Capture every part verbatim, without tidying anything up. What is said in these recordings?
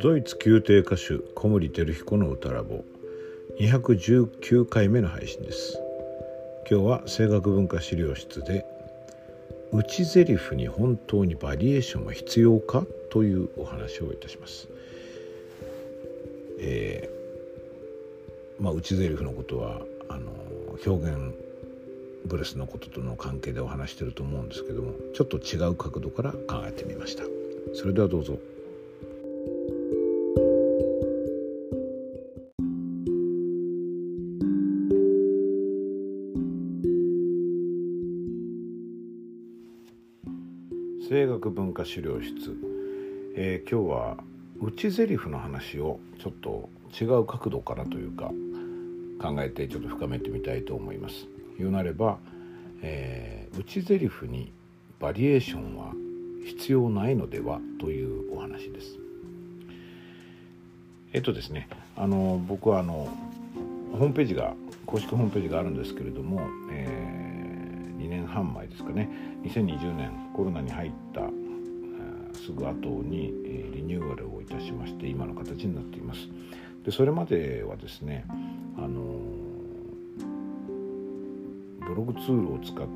ドイツ宮廷歌手小森照彦の歌ラボにひゃくじゅうきゅうかいめの配信です。今日は声楽文化資料室で内ゼリフに本当にバリエーションは必要かというお話をいたします。えーまあ、内ゼリフのことはあの表現ブレスのこととの関係でお話していると思うんですけども、ちょっと違う角度から考えてみました。それではどうぞ。声楽文化資料室、えー、今日は内ゼリフの話をちょっと違う角度からというか考えてちょっと深めてみたいと思います。言うなれば、えー、内ゼリフにバリエーションは必要ないのではというお話です。えっとですねあの僕はあのホームページが公式ホームページがあるんですけれども、えー、にねんはんまえですかね、にせんにじゅうねんコロナに入ったすぐ後にリニューアルをいたしまして今の形になっています。でそれまではですねあのブログツールを使って、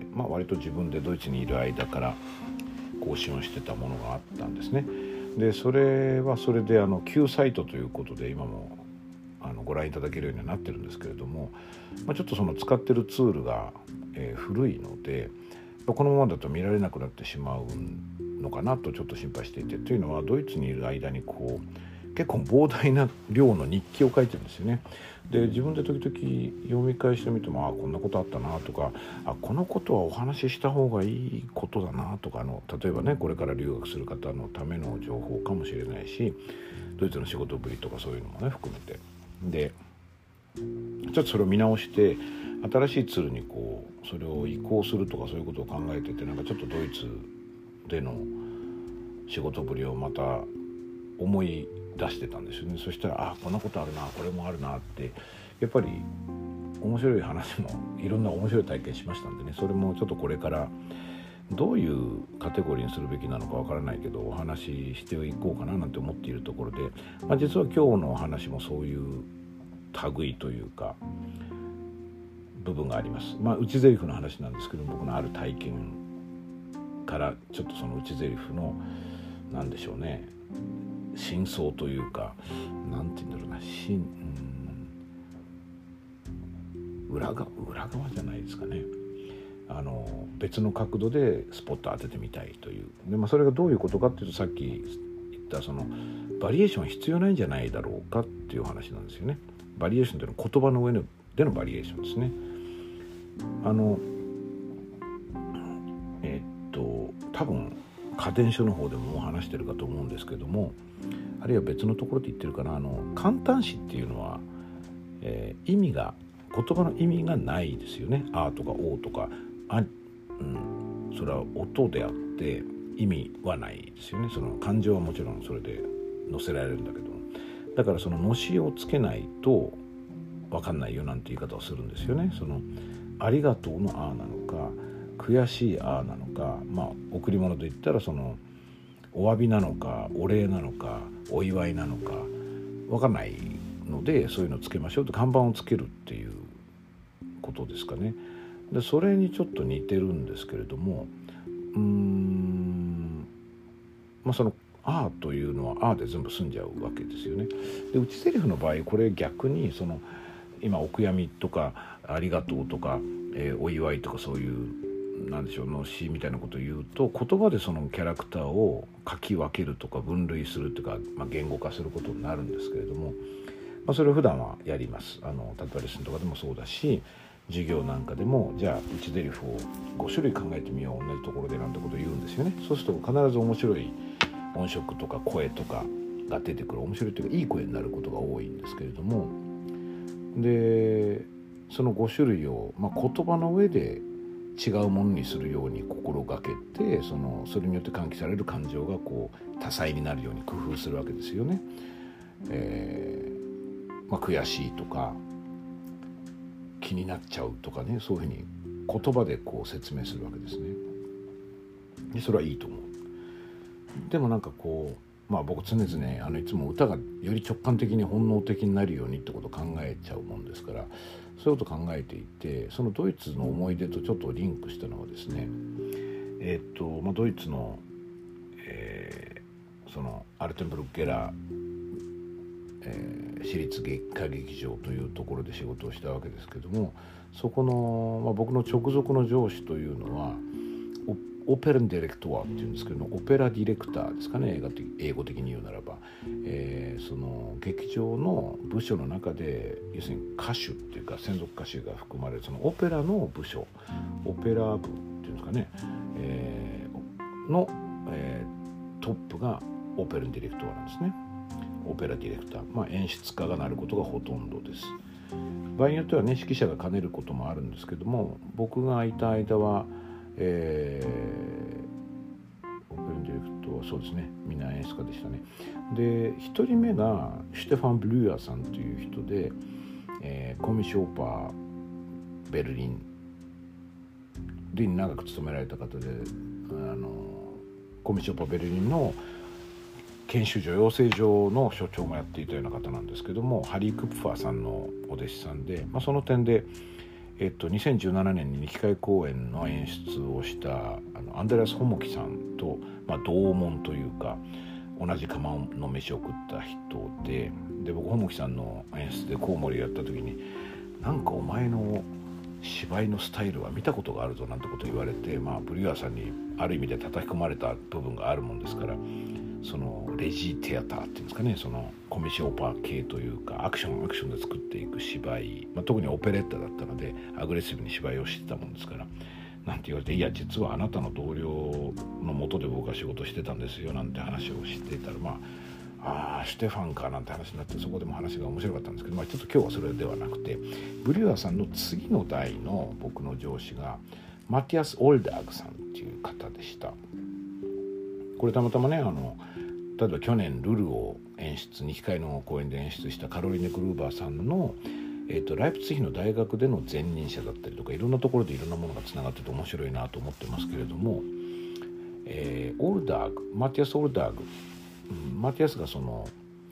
まあ、割と自分でドイツにいる間から更新をしてたものがあったんですね。でそれはそれであの旧サイトということで今もあのご覧いただけるようになってるんですけれども、まあ、ちょっとその使ってるツールが、えー、古いのでこのままだと見られなくなってしまうのかなとちょっと心配していて、というのはドイツにいる間にこう結構膨大な量の日記を書いてるんですよね。で自分で時々読み返してみても、あこんなことあったなとか、あこのことはお話しした方がいいことだなとか、あの例えばねこれから留学する方のための情報かもしれないし、ドイツの仕事ぶりとかそういうのもね含めて、でちょっとそれを見直して新しいツールにこうそれを移行するとかそういうことを考えてて、なんかちょっとドイツでの仕事ぶりをまた思い出してたんですよね。そしたらあこんなことあるなこれもあるなってやっぱり面白い話もいろんな面白い体験しましたんでね、それもちょっとこれからどういうカテゴリーにするべきなのかわからないけどお話ししていこうかななんて思っているところで、まあ、実は今日の話もそういう類というか部分があります。まあ内ゼリフの話なんですけど、僕のある体験からちょっとその内ゼリフのなんでしょうね真相というか、なんて言うんだろうな、真、うん、裏側、裏側じゃないですかね。あの別の角度でスポット当ててみたいという。で、まあ、それがどういうことかっていうと、さっき言ったそのバリエーションは必要ないんじゃないだろうかっていう話なんですよね。バリエーションというのは言葉の上でのバリエーションですね。あのえー、っと多分家電書の方でももう話してるかと思うんですけども、あるいは別のところで言ってるかな、あの簡単詞っていうのは、えー、意味が言葉の意味がないですよね。あとかおとかあ、うん、それは音であって意味はないですよね。その感情はもちろんそれで載せられるんだけども、だからそののしをつけないと分かんないよなんて言い方をするんですよね。そのありがとうのあなのか悔しいあなのか、まあ贈り物といったらそのお詫びなのかお礼なのかお祝いなのか分かんないので、そういうのをつけましょうと看板をつけるっていうことですかね。でそれにちょっと似てるんですけれども、うーんまあそのあというのはあで全部済んじゃうわけですよね。で内セリフの場合これ逆にその今お悔やみとかありがとうとか、えー、お祝いとかそういうなんでしょうの詩みたいなことを言うと、言葉でそのキャラクターを書き分けるとか分類するというか、まあ、言語化することになるんですけれども、まあ、それを普段はやります。あの例えばレッスンとかでもそうだし、授業なんかでもじゃあ内ゼリフをご種類考えてみよう同じところでなんてことを言うんですよね。そうすると必ず面白い音色とか声とかが出てくる、面白いというかいい声になることが多いんですけれども、でそのご種類を、まあ、言葉の上で違うものにするように心がけて、そのそれによって喚起される感情がこう多彩になるように工夫するわけですよね。えーまあ、悔しいとか気になっちゃうとかね、そういうふうに言葉でこう説明するわけですね。でそれはいいと思う。でもなんかこまあ僕常々あのいつも歌がより直感的に本能的になるようにってことを考えちゃうもんですから、そういうことを考えていて、そのドイツの思い出とちょっとリンクしたのはですね、えーっとまあ、ドイツの、えー、そのアルテンブルクゲラ、えー、私立歌劇場というところで仕事をしたわけですけども、そこの、まあ、僕の直属の上司というのはオペラディレクトワーっていうんですけども、オペラディレクターですかね、英語的、英語的に言うならば、えー、その劇場の部署の中で要するに歌手っていうか専属歌手が含まれるそのオペラの部署、オペラ部っていうんですかね、えー、の、えー、トップがオペラディレクトワーなんですね。オペラディレクター、まあ、演出家がなることがほとんどです。場合によってはね、指揮者が兼ねることもあるんですけども、僕がいた間はえー、オペラディレクトはそうですね、みんな演出家でしたね。で、ひとりめがシュテファン・ブルーアーさんという人で、えー、コミショーパーベルリンで長く勤められた方で、あのコミショーパーベルリンの研修所養成所の所長もやっていたような方なんですけども、ハリー・クッファーさんのお弟子さんで、まあ、その点でえっと、にせんじゅうななねんにに機会公演の演出をしたあのアンデラス・ホモキさんと、まあ、同門というか同じ釜の飯を食った人で、で僕ホモキさんの演出でコウモリやった時に、なんかお前の芝居のスタイルは見たことがあるぞなんてこと言われて、まあ、ブリュアーさんにある意味で叩き込まれた部分があるもんですから、そのレジーテアターっていうんですかね、そのコミシオパー系というかアクションアクションで作っていく芝居、まあ、特にオペレッタだったのでアグレッシブに芝居をしてたもんですから、なんて言われて、いや実はあなたの同僚の下で僕は仕事してたんですよなんて話をしていたら、まああシュテファンかなんて話になって、そこでも話が面白かったんですけど、まあ、ちょっと今日はそれではなくて、ブリュアーさんの次の代の僕の上司がマティアス・オルダーグさんっていう方でした。これたまたまね、あの例えば去年ルルを演出に機会の公演で演出したカロリネ・グルーバーさんの、えー、とライプツィヒの大学での前任者だったりとか、いろんなところでいろんなものがつながってて面白いなと思ってますけれども、えー、オルダーグマティアス・オルダーグ、うん、マティアスがその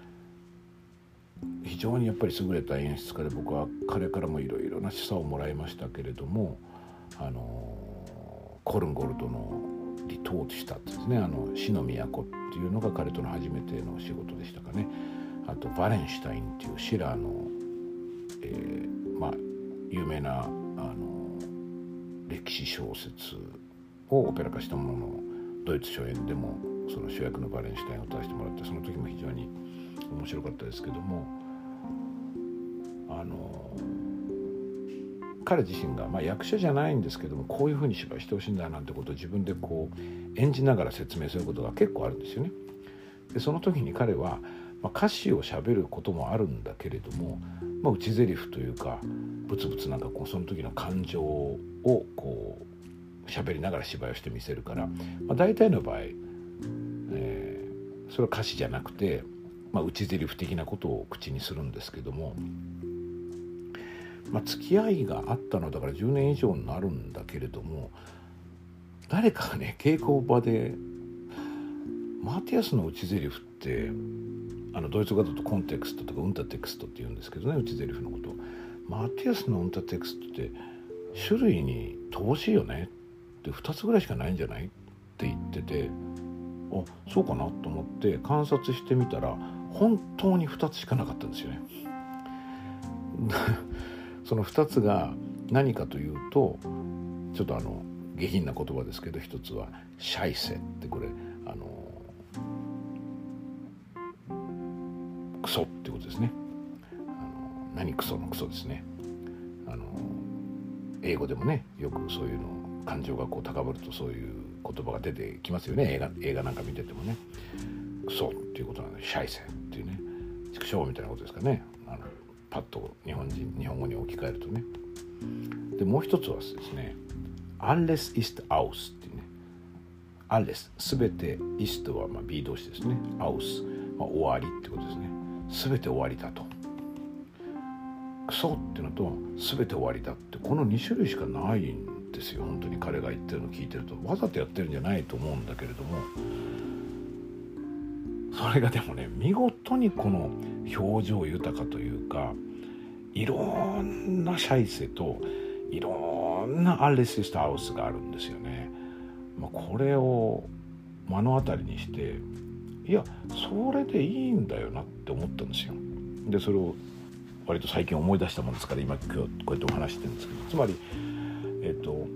非常にやっぱり優れた演出家で、僕は彼からもいろいろな示唆をもらいましたけれども、あのコルンゴルトのリトートしたってですね、あの死の都っていうのが彼との初めての仕事でしたかね。あとバレンシュタインっていうシラーの、えー、まあ有名なあの歴史小説をオペラ化したもののドイツ初演でもその主役のバレンシュタインを歌わせてもらって、その時も非常に面白かったですけども、あの彼自身が、まあ、役者じゃないんですけども、こういう風に芝居してほしいんだなんてことを自分でこう演じながら説明することが結構あるんですよね。でその時に彼は、まあ、歌詞を喋ることもあるんだけれども、まあ、内台詞というかブツブツなんかこうその時の感情をこう喋りながら芝居をしてみせるから、まあ、大体の場合、えー、それは歌詞じゃなくて、まあ、内台詞的なことを口にするんですけども、まあ、付き合いがあったのだからじゅうねん以上になるんだけれども、誰かがね稽古場でマティアスの内台詞ってあのドイツ語だとコンテクストとかウンタテクストって言うんですけどね、内台詞のことマティアスのウンタテクストって種類に乏しいよねってふたつぐらいしかないんじゃないって言ってて、あそうかなと思って観察してみたら本当にふたつしかなかったんですよね。そのふたつが何かというと、ちょっとあの下品な言葉ですけど、一つはシャイセってこれあのクソってことですね。あの何クソのクソですね。あの英語でもねよくそういうの感情がこう高ぶるとそういう言葉が出てきますよね。映画映画なんか見ててもね、クソっていうことなんでシャイセっていうね、畜生みたいなことですかね。あのパッと日本人日本語に置き換えるとね。でもう一つはですね、alles ist aus っていうね、alles すべて ist はまあ B 動詞ですね、aus、まあ、終わりってことですね。すべて終わりだと、クソっていうのとすべて終わりだって、このに種類しかないんですよ。本当に彼が言ってるのを聞いてると、わざとやってるんじゃないと思うんだけれども、 それがでもね見事にこの表情豊かというか、いろんなシャイセといろんなアレススタウスがあるんですよね。まあ、これを目の当たりにして、いやそれでいいんだよなって思ったんですよ。でそれを割と最近思い出したもんですから今今日こうやってお話してるんですけど、つまりえっと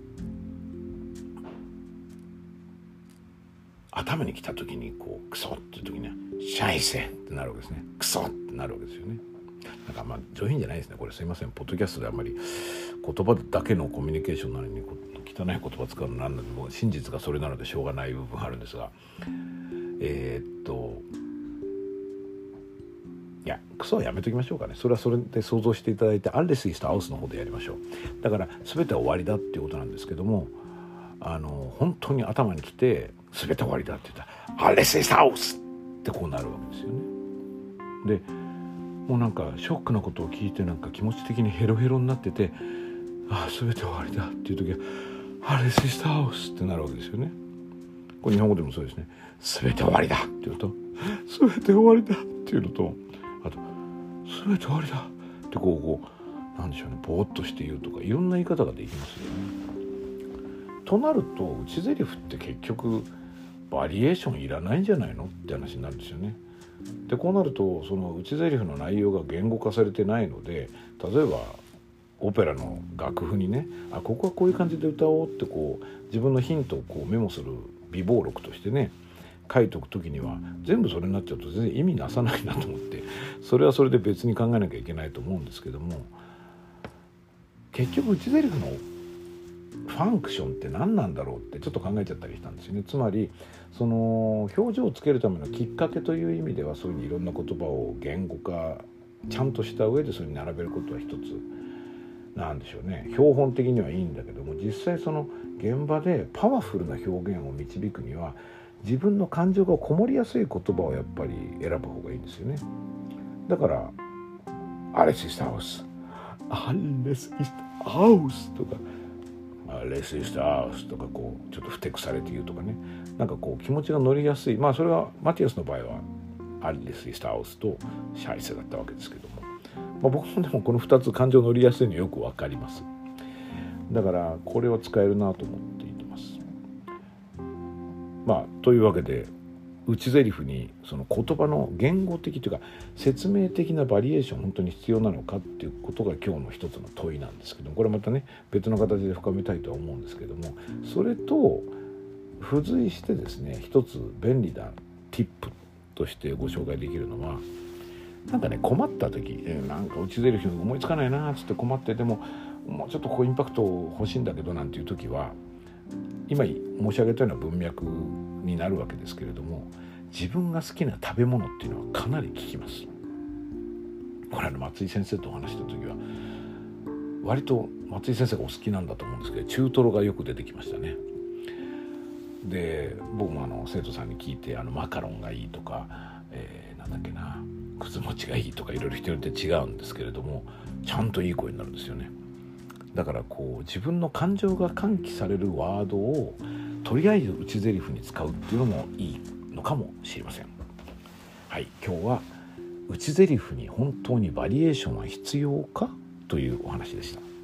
頭に来た時にこうクソっていう時にはシャイセってなるわけですね。クソってなるわけですよね。なんかまあ上品じゃないですねこれ、すいません。ポッドキャストであんまり言葉だけのコミュニケーションなのに汚い言葉使うのなんなので、もう真実がそれなのでしょうがない部分があるんですが、えー、っといやクソはやめときましょうかね。それはそれで想像していただいてアレスイスとアウスの方でやりましょう。だから全ては終わりだっていうことなんですけども、あの本当に頭にきて全て終わりだって言ったらアレスイスとアウスってこうなるわけですよね。でもうなんかショックなことを聞いてなんか気持ち的にヘロヘロになってて、ああ全て終わりだっていう時はアレスイスとアウスってなるわけですよね。これ日本語でもそうですね。全て終わりだっていうのと全て終わりだっていうのと、あと全て終わりだってこうこうなんでしょうね、ぼーっとして言うとかいろんな言い方ができますよね。となると内ゼリフって結局バリエーションいらないんじゃないのって話になるんですよね。でこうなるとその内ゼリフの内容が言語化されてないので、例えばオペラの楽譜にね、あここはこういう感じで歌おうってこう自分のヒントをこうメモする備忘録としてね書いておくときには全部それになっちゃうと全然意味なさないなと思って、それはそれで別に考えなきゃいけないと思うんですけども、結局内ゼリフのファンクションって何なんだろうってちょっと考えちゃったりしたんですよね。つまりその表情をつけるためのきっかけという意味ではそういうふうにいろんな言葉を言語化ちゃんとした上でそれに並べることは一つなんでしょうね。標本的にはいいんだけども、実際その現場でパワフルな表現を導くには自分の感情がこもりやすい言葉をやっぱり選ぶ方がいいんですよね。だからアレスイスタウスアレスイスタウスとかアレスイスタウスとかこうちょっとふてくされて言うとかね、なんかこう気持ちが乗りやすい。まあそれはマティアスの場合はアレスイスタウスとシャイセだったわけですけども、まあ、僕もでもこのふたつ感情乗りやすいのよくわかります。だからこれは使えるなと思っています。まあというわけで内ゼリフにその言葉の言語的というか説明的なバリエーション本当に必要なのかっていうことが今日の一つの問いなんですけども、これまたね別の形で深めたいとは思うんですけども、それと付随してですね一つ便利なティップとしてご紹介できるのは、なんかね困った時なんか内ゼリフ思いつかないなつって困って、でももうちょっとこうインパクト欲しいんだけどなんていう時は今申し上げたような文脈になるわけですけれども、自分が好きな食べ物っていうのはかなり効きます。これは松井先生とお話した時は割と松井先生がお好きなんだと思うんですけど、中トロがよく出てきましたね。で僕もあの生徒さんに聞いてあのマカロンがいいとか、えー、なんだっけなくず餅がいいとかいろいろ人によって違うんですけれども、ちゃんといい声になるんですよね。だからこう自分の感情が喚起されるワードをとりあえず内ゼリフに使うっていうのもいいのかもしれません。はい、今日は内ゼリフに本当にバリエーションは必要かというお話でした。